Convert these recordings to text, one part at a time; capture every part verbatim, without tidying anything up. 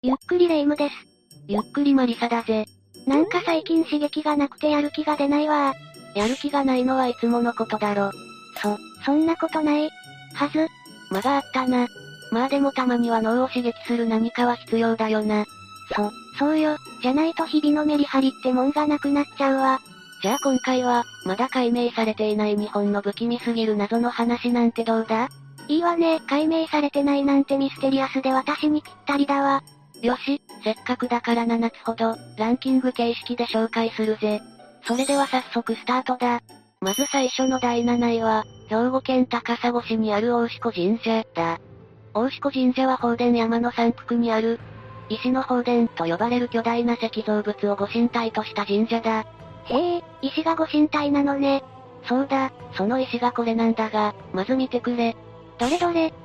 ゆっくりレ夢ムです。 ゆっくりマリサだぜ。 なんか最近刺激がなくてやる気が出ないわー。やる気がないのはいつものことだろ。 そ、そんなことない。はず。 間があったな。まあでもたまには脳を刺激する何かは必要だよな。 そ、そうよ。じゃないと日々のメリハリってもんがなくなっちゃうわ。 じゃあ今回は、まだ解明されていない日本の不気味すぎる謎の話なんてどうだ？ いいわね。解明されてないなんてミステリアスで私にぴったりだわ。 よし、せっかくだからななつほど、ランキング形式で紹介するぜ。それでは早速スタートだ。まず最初のだいなないは、兵庫県高砂市にある大志子神社だ。大志子神社は宝殿山の山腹にある、石の宝殿と呼ばれる巨大な石造物をご神体とした神社だ。 へえ、石がご神体なのね。 そうだ、その石がこれなんだが、まず見てくれ。 どれどれ？って、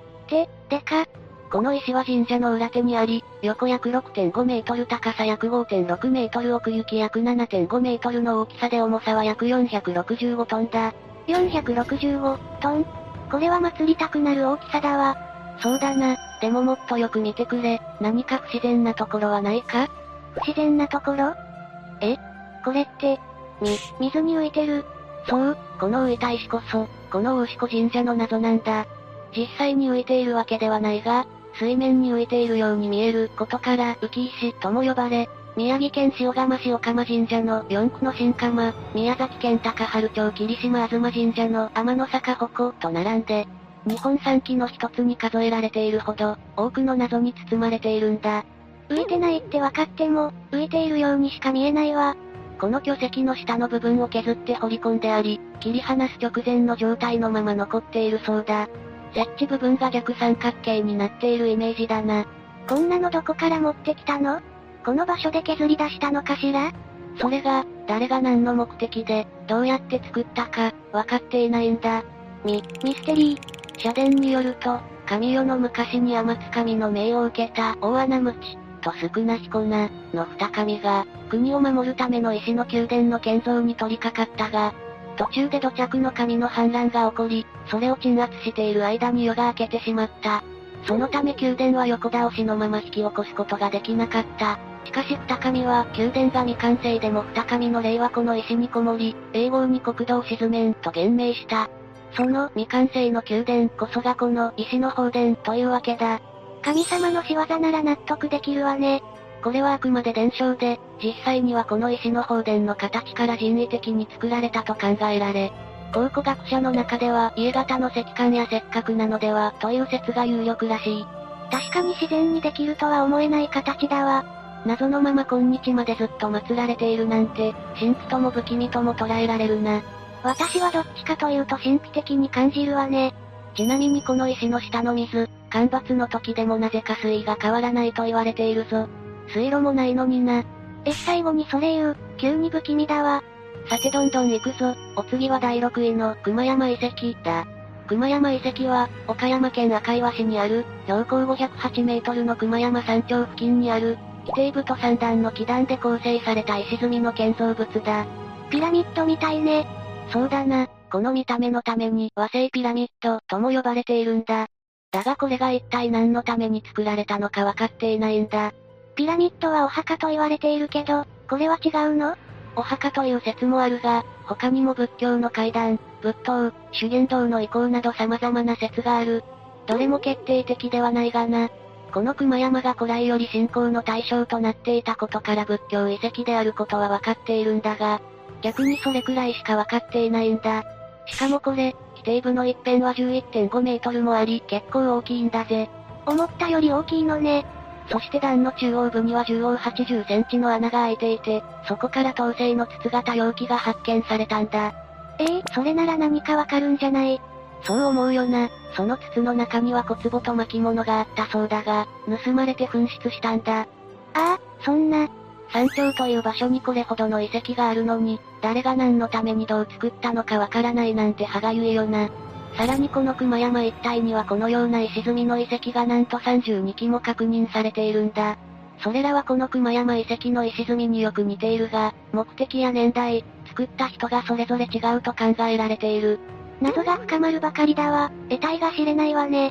でか。 この石は神社の裏手にあり、横約 ろくてんごメートル高さ約 ごてんろくメートル奥行き約 ななてんごメートルの大きさで重さは約よんひゃくろくじゅうごトンだ。 よんひゃくろくじゅうごトン？これは祭りたくなる大きさだわ。 そうだな。でももっとよく見てくれ。何か不自然なところはないか？ 不自然なところ？ え？ これって、み、水に浮いてる。 そう、この浮いた石こそ、この大志子神社の謎なんだ。実際に浮いているわけではないが、水面に浮いているように見えることから、浮石とも呼ばれ、宮城県塩釜市岡間神社の四区の新釜、宮崎県高原町霧島東神社の天の坂鉾と並んで、日本三奇の一つに数えられているほど、多くの謎に包まれているんだ。 浮いてないって分かっても、浮いているようにしか見えないわ。 この巨石の下の部分を削って掘り込んであり、切り離す直前の状態のまま残っているそうだ。設置部分が逆三角形になっているイメージだな。 こんなのどこから持ってきたの？この場所で削り出したのかしら？ それが、誰が何の目的で、どうやって作ったか、わかっていないんだ。 み、ミステリー。社殿によると、神代の昔に天津神の命を受けた大穴鞭と少な彦名の二神が、国を守るための石の宮殿の建造に取り掛かったが、途中で土着の神の反乱が起こり、それを鎮圧している間に夜が明けてしまった。そのため宮殿は横倒しのまま引き起こすことができなかった。しかし二神は宮殿が未完成でも二神の霊はこの石にこもり、永劫に国土を沈めんと言命した。その未完成の宮殿こそがこの石の宝殿というわけだ。 神様の仕業なら納得できるわね。 これはあくまで伝承で、実際にはこの石の宝殿の形から人為的に作られたと考えられ、考古学者の中では家型の石棺や石閣なのではという説が有力らしい。 確かに自然にできるとは思えない形だわ。 謎のまま今日までずっと祀られているなんて、神秘とも不気味とも捉えられるな。 私はどっちかというと神秘的に感じるわね。 ちなみにこの石の下の水、干ばつの時でもなぜか水位が変わらないと言われているぞ。水路もないのにな。 え、最後にそれ言う、急に不気味だわ。 さてどんどん行くぞ。お次はだいろくいの熊山遺跡だ。熊山遺跡は、岡山県赤磐市にある、標高ごひゃくはちメートルの熊山山頂付近にある、基底部と三段の基壇で構成された石積みの建造物だ。 ピラミッドみたいね。 そうだな。この見た目のために和製ピラミッドとも呼ばれているんだ。だがこれが一体何のために作られたのかわかっていないんだ。 ピラミッドはお墓と言われているけど、これは違うの？ お墓という説もあるが、他にも仏教の階段、仏塔、修験道の遺構など様々な説がある。どれも決定的ではないがな。この熊山が古来より信仰の対象となっていたことから仏教遺跡であることはわかっているんだが、逆にそれくらいしかわかっていないんだ。しかもこれ、基底部の一辺は じゅういってんごメートルもあり、結構大きいんだぜ。 思ったより大きいのね。 そして段の中央部には縦横はちじゅっセンチの穴が開いていて、そこから銅製の筒型容器が発見されたんだ。 ええー、それなら何かわかるんじゃない？ そう思うよな。その筒の中には小壺と巻物があったそうだが、盗まれて紛失したんだ。ああ、そんな。 山頂という場所にこれほどの遺跡があるのに、誰が何のためにどう作ったのかわからないなんて歯がゆいよな。さらにこの熊山一帯にはこのような石積みの遺跡がなんとさんじゅうにきも確認されているんだ。それらはこの熊山遺跡の石積みによく似ているが、目的や年代、作った人がそれぞれ違うと考えられている。 謎が深まるばかりだわ。得体が知れないわね。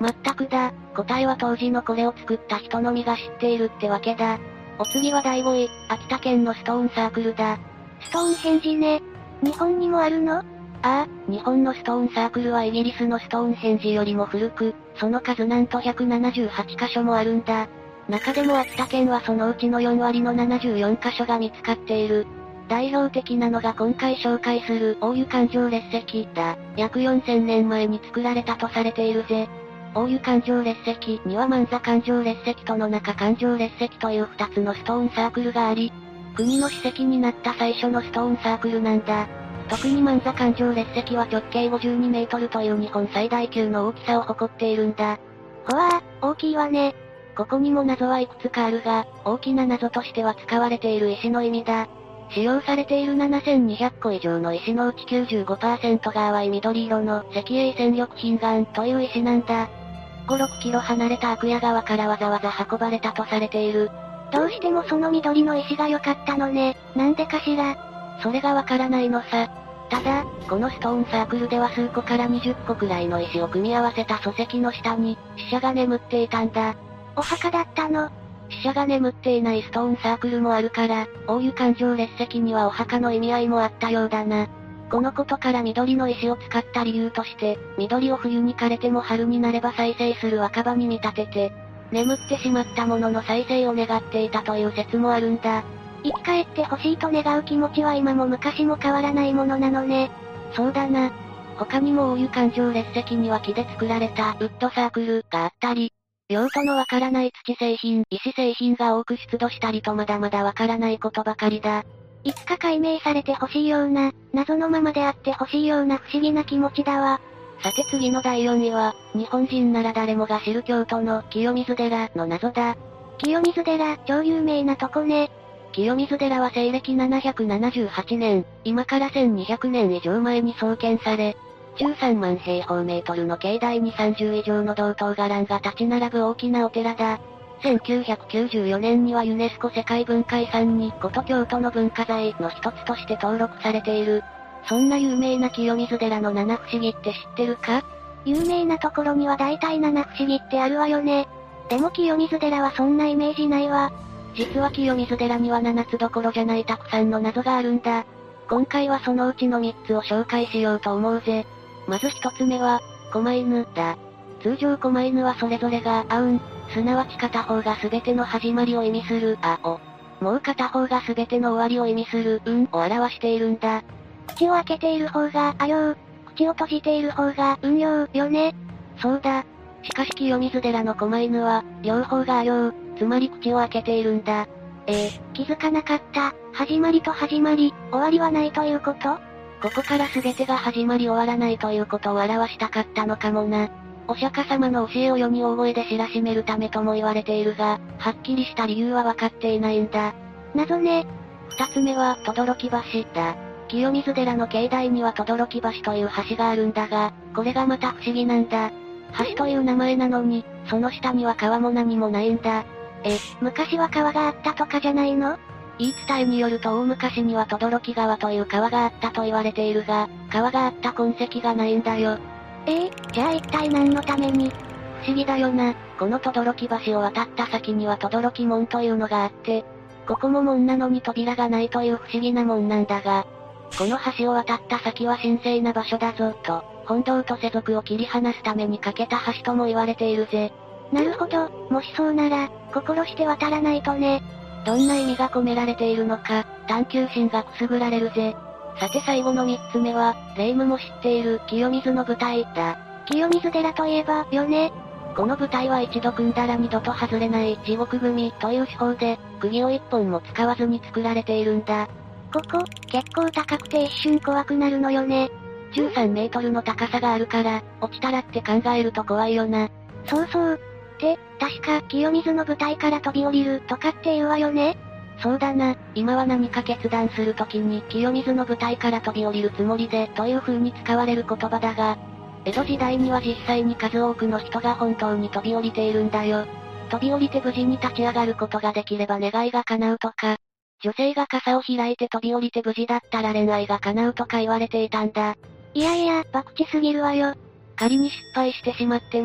まったくだ、答えは当時のこれを作った人のみが知っているってわけだ。お次はだいごい、秋田県のストーンサークルだ。 ストーンヘンジね。日本にもあるの？ああ、日本のストーンサークルはイギリスのストーンヘンジよりも古く、その数なんとひゃくななじゅうはちかしょもあるんだ。中でも秋田県はそのうちのよんわりのななじゅうよんかしょが見つかっている。代表的なのが今回紹介する大湯環状列石だ。約よんせんねんまえに作られたとされているぜ。大湯環状列石には万座環状列石との中環状列石というふたつのストーンサークルがあり、国の史跡になった最初のストーンサークルなんだ。特に万座環状列石は直径ごじゅうにメートルという日本最大級の大きさを誇っているんだ。 ほわー、大きいわね。 ここにも謎はいくつかあるが、大きな謎としては使われている石の意味だ。使用されているななせんにひゃっこ以上の石のうち きゅうじゅうごパーセント が淡い緑色の石英戦力品岩という石なんだ。ご、ろっキロ離れたアクヤ川からわざわざ運ばれたとされている。 どうしてもその緑の石が良かったのね。なんでかしら。 それがわからないのさ。ただ、このストーンサークルでは数個からにじゅっこくらいの石を組み合わせた礎石の下に、死者が眠っていたんだ。 お墓だったの？ 死者が眠っていないストーンサークルもあるから、大湯環状列石にはお墓の意味合いもあったようだな。このことから緑の石を使った理由として、緑を冬に枯れても春になれば再生する若葉に見立てて、眠ってしまったものの再生を願っていたという説もあるんだ。 生き返ってほしいと願う気持ちは今も昔も変わらないものなのね。 そうだな。他にも大湯環状列石には木で作られたウッドサークルがあったり、用途のわからない土製品、石製品が多く出土したりとまだまだわからないことばかりだ。 いつか解明されてほしいような、謎のままであってほしいような不思議な気持ちだわ。 さて次のだいよんいは、日本人なら誰もが知る京都の清水寺の謎だ。 清水寺、超有名なとこね。 清水寺は西暦ななひゃくななじゅうはちねん、今からせんにひゃくねん以上前に創建され、じゅうさんまんへいほうメートルの境内にさんじゅういじょうの銅塔伽藍が立ち並ぶ大きなお寺だ。せんきゅうひゃくきゅうじゅうよねんにはユネスコ世界文化遺産に古都京都の文化財の一つとして登録されている。そんな有名な清水寺の七不思議って知ってるか？ 有名なところには大体七不思議ってあるわよね。でも清水寺はそんなイメージないわ。 実は清水寺にはななつどころじゃないたくさんの謎があるんだ。今回はそのうちのみっつを紹介しようと思うぜ。まず一つ目は、狛犬だ。通常狛犬はそれぞれが、あうん、すなわち片方が全ての始まりを意味する、あを。もう片方が全ての終わりを意味する、うんを表しているんだ。 口を開けている方が、あよう。口を閉じている方が、うんよう、よね。 そうだ。しかし清水寺の狛犬は、両方があよう、つまり口を開けているんだ。 えー、気づかなかった。始まりと始まり、終わりはないということ？ ここから全てが始まり終わらないということを表したかったのかもな。お釈迦様の教えを世に大声で知らしめるためとも言われているが、はっきりした理由は分かっていないんだ。 謎ね。 二つ目は、轟橋だ。清水寺の境内には轟橋という橋があるんだが、これがまた不思議なんだ。橋という名前なのに、その下には川も何もないんだ。 え、昔は川があったとかじゃないの？ 言い伝えによると大昔には轟川という川があったと言われているが、川があった痕跡がないんだよ。 えー、じゃあ一体何のために？ 不思議だよな。この轟橋を渡った先には轟門というのがあって、ここも門なのに扉がないという不思議な門なんだが、この橋を渡った先は神聖な場所だぞ、と、本堂と世俗を切り離すために架けた橋とも言われているぜ。 なるほど、もしそうなら、心して渡らないとね。 どんな意味が込められているのか、探求心がくすぐられるぜ。さて最後の三つ目は、霊夢も知っている清水の舞台だ。 清水寺といえば、よね。 この舞台は一度組んだら二度と外れない地獄組という手法で、釘を一本も使わずに作られているんだ。 ここ、結構高くて一瞬怖くなるのよね。 じゅうさんメートルの高さがあるから、落ちたらって考えると怖いよな。 そうそう。で、確か清水の舞台から飛び降りるとかって言うわよね。 そうだな、今は何か決断するときに清水の舞台から飛び降りるつもりでという風に使われる言葉だが、江戸時代には実際に数多くの人が本当に飛び降りているんだよ。飛び降りて無事に立ち上がることができれば願いが叶うとか、女性が傘を開いて飛び降りて無事だったら恋愛が叶うとか言われていたんだ。 いやいや、博打すぎるわよ。 仮に失敗してしまっても、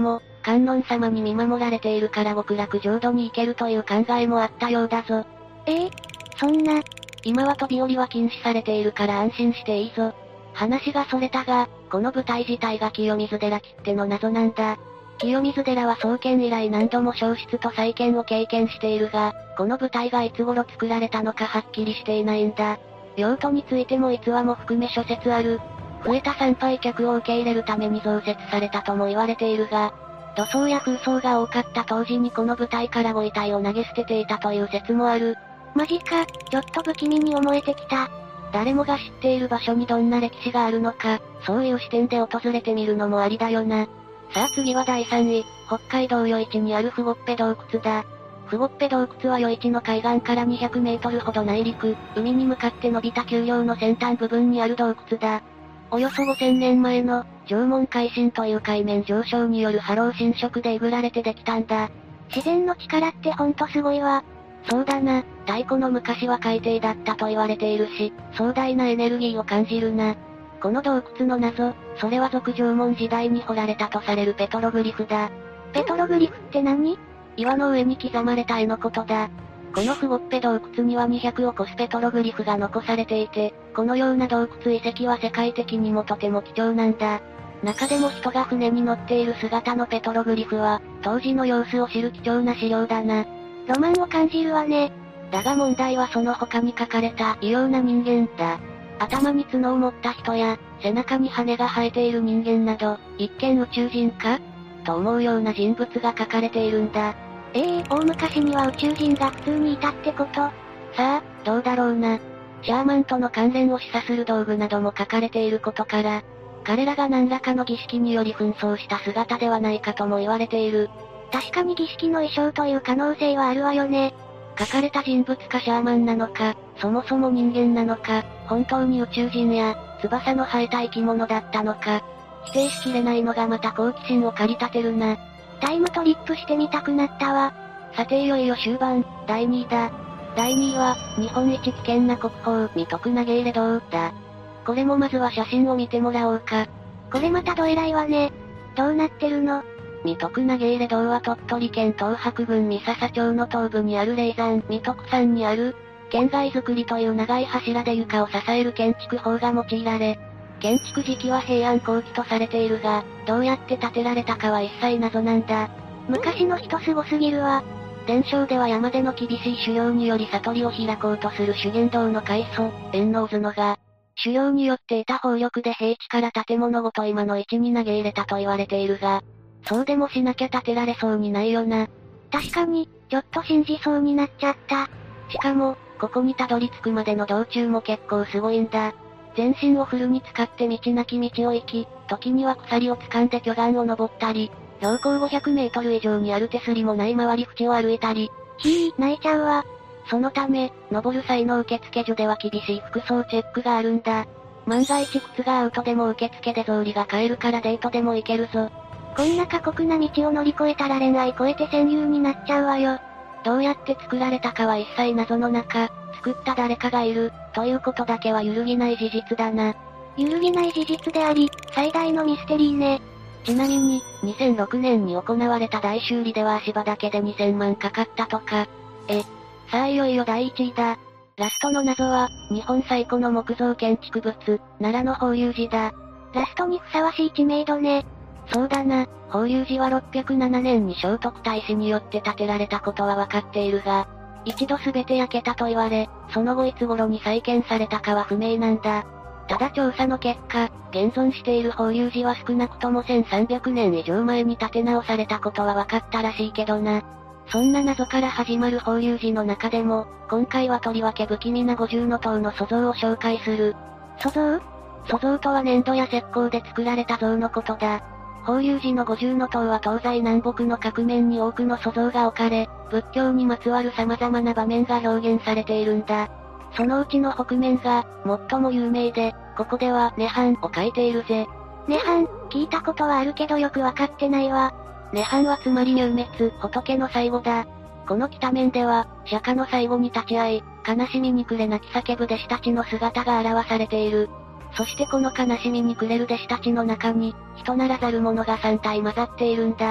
観音様に見守られているから極楽浄土に行けるという考えもあったようだぞ。 ええ、そんな。 今は飛び降りは禁止されているから安心していいぞ。話がそれたが、この舞台自体が清水寺きっての謎なんだ。清水寺は創建以来何度も消失と再建を経験しているが、この舞台がいつ頃作られたのかはっきりしていないんだ。用途についても逸話も含め諸説ある。増えた参拝客を受け入れるために増設されたとも言われているが、土葬や風葬が多かった当時にこの舞台からご遺体を投げ捨てていたという説もある。 マジか、ちょっと不気味に思えてきた。 誰もが知っている場所にどんな歴史があるのか、そういう視点で訪れてみるのもありだよな。さあ次はだいさんい、北海道余市にあるフゴッペ洞窟だ。フゴッペ洞窟は余市の海岸からにひゃくメートルほど内陸、海に向かって伸びた丘陵の先端部分にある洞窟だ。およそごせんねんまえの、縄文海進という海面上昇による波浪侵食でえぐられてできたんだ。 自然の力ってほんとすごいわ。 そうだな、太古の昔は海底だったと言われているし、壮大なエネルギーを感じるな。この洞窟の謎、それは俗縄文時代に掘られたとされるペトログリフだ。 ペトログリフって何？ 岩の上に刻まれた絵のことだ。このフゴッペ洞窟にはにひゃくを超すペトログリフが残されていて、このような洞窟遺跡は世界的にもとても貴重なんだ。中でも人が船に乗っている姿のペトログリフは、当時の様子を知る貴重な資料だな。 ロマンを感じるわね。 だが問題はその他に書かれた異様な人間だ。頭に角を持った人や、背中に羽が生えている人間など、一見宇宙人かと思うような人物が書かれているんだ。 ええー、大昔には宇宙人が普通にいたってこと？さあ、どうだろうな。シャーマンとの関連を示唆する道具なども書かれていることから、彼らが何らかの儀式により紛争した姿ではないかとも言われている。 確かに儀式の衣装という可能性はあるわよね。 書かれた人物かシャーマンなのか、そもそも人間なのか、本当に宇宙人や、翼の生えた生き物だったのか、否定しきれないのがまた好奇心を駆り立てるな。 タイムトリップしてみたくなったわ。 さていよいよ終盤、だいにいだ。だいにいは、日本一危険な国宝、三徳投入堂だ。これもまずは写真を見てもらおうか。 これまたどえらいわね。どうなってるの？ 三徳投入堂は鳥取県東白郡三笹町の東部にある霊山三徳山にある、県外造りという長い柱で床を支える建築法が用いられ、建築時期は平安後期とされているが、どうやって建てられたかは一切謎なんだ。 昔の人すごすぎるわ。 伝承では山での厳しい修行により悟りを開こうとする修験道の開祖、円能図のが、修行によって得た法力で平地から建物ごと今の位置に投げ入れたと言われているが、そうでもしなきゃ建てられそうにないよな。 確かに、ちょっと信じそうになっちゃった。 しかも、ここにたどり着くまでの道中も結構すごいんだ。全身をフルに使って道なき道を行き、時には鎖を掴んで巨岩を登ったり、標高ごひゃくメートル以上にある手すりもない回り縁を歩いたり。 ひぃ、泣いちゃうわ。 そのため、登る際の受付所では厳しい服装チェックがあるんだ。万が一靴がアウトでも受付で草履が買えるからデートでも行けるぞ。 こんな過酷な道を乗り越えたら恋愛超えて戦友になっちゃうわよ。 どうやって作られたかは一切謎の中、作った誰かがいる、ということだけは揺るぎない事実だな。 揺るぎない事実であり、最大のミステリーね。 ちなみに、にせんろくねんに行われた大修理では足場だけでにせんまんかかったとか。え、さあいよいよだいいちいだ。ラストの謎は、日本最古の木造建築物、奈良の法隆寺だ。 ラストにふさわしい知名度ね。 そうだな、法隆寺はろっぴゃくななねんに聖徳太子によって建てられたことはわかっているが、一度すべて焼けたと言われ、その後いつ頃に再建されたかは不明なんだ。ただ調査の結果、現存している法隆寺は少なくともせんさんびゃくねん以上前に建て直されたことはわかったらしいけどな。そんな謎から始まる法隆寺の中でも、今回はとりわけ不気味な五重塔の塑像を紹介する。 塑像？ 塑像とは粘土や石膏で作られた像のことだ。法隆寺の五重塔は東西南北の各面に多くの塑像が置かれ、仏教にまつわる様々な場面が表現されているんだ。そのうちの北面が、最も有名で、ここでは、涅槃を書いているぜ。 涅槃、聞いたことはあるけどよくわかってないわ。 涅槃はつまり入滅、仏の最後だ。この北面では、釈迦の最後に立ち会い、悲しみに暮れ泣き叫ぶ弟子たちの姿が表されている。そしてこの悲しみに暮れる弟子たちの中に、人ならざる者がさんたい混ざっているんだ。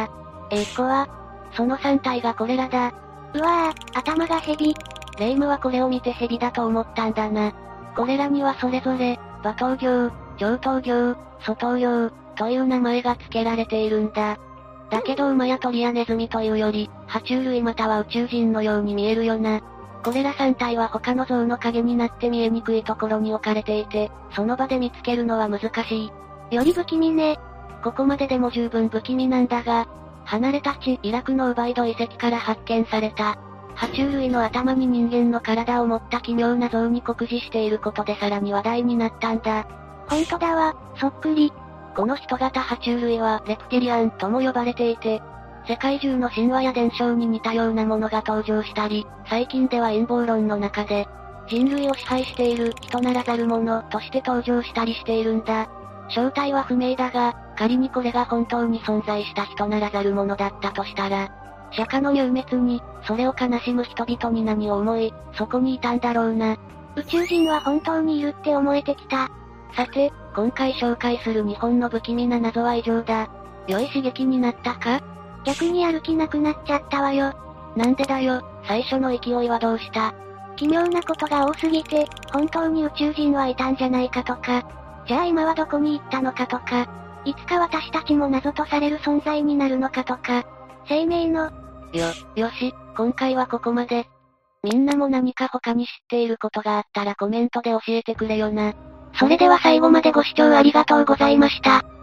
え、こわ。そのさん体がこれらだ。 うわぁ、頭がヘビ。 霊夢はこれを見てヘビだと思ったんだな。これらにはそれぞれ、馬頭形、上頭形、粗頭形、という名前が付けられているんだ。だけど馬や鳥やネズミというより、爬虫類または宇宙人のように見えるよな。これらさん体は他の像の影になって見えにくいところに置かれていて、その場で見つけるのは難しい。より不気味ね。 ここまででも十分不気味なんだが、離れた地、イラクのウバイド遺跡から発見された、爬虫類の頭に人間の体を持った奇妙な像に酷似していることでさらに話題になったんだ。 ほんとだわ、そっくり。 この人型爬虫類はレプティリアンとも呼ばれていて、世界中の神話や伝承に似たようなものが登場したり、最近では陰謀論の中で、人類を支配している人ならざる者として登場したりしているんだ。正体は不明だが、仮にこれが本当に存在した人ならざる者だったとしたら、釈迦の入滅に、それを悲しむ人々に何を思い、そこにいたんだろうな。 宇宙人は本当にいるって思えてきた。 さて、今回紹介する日本の不気味な謎は以上だ。良い刺激になったか？ 逆にやる気なくなっちゃったわよ。 なんでだよ、最初の勢いはどうした？ 奇妙なことが多すぎて、本当に宇宙人はいたんじゃないかとか、じゃあ今はどこに行ったのかとか、いつか私たちも謎とされる存在になるのかとか、生命の。 よ、よし、今回はここまで。みんなも何か他に知っていることがあったらコメントで教えてくれよな。 それでは最後までご視聴ありがとうございました。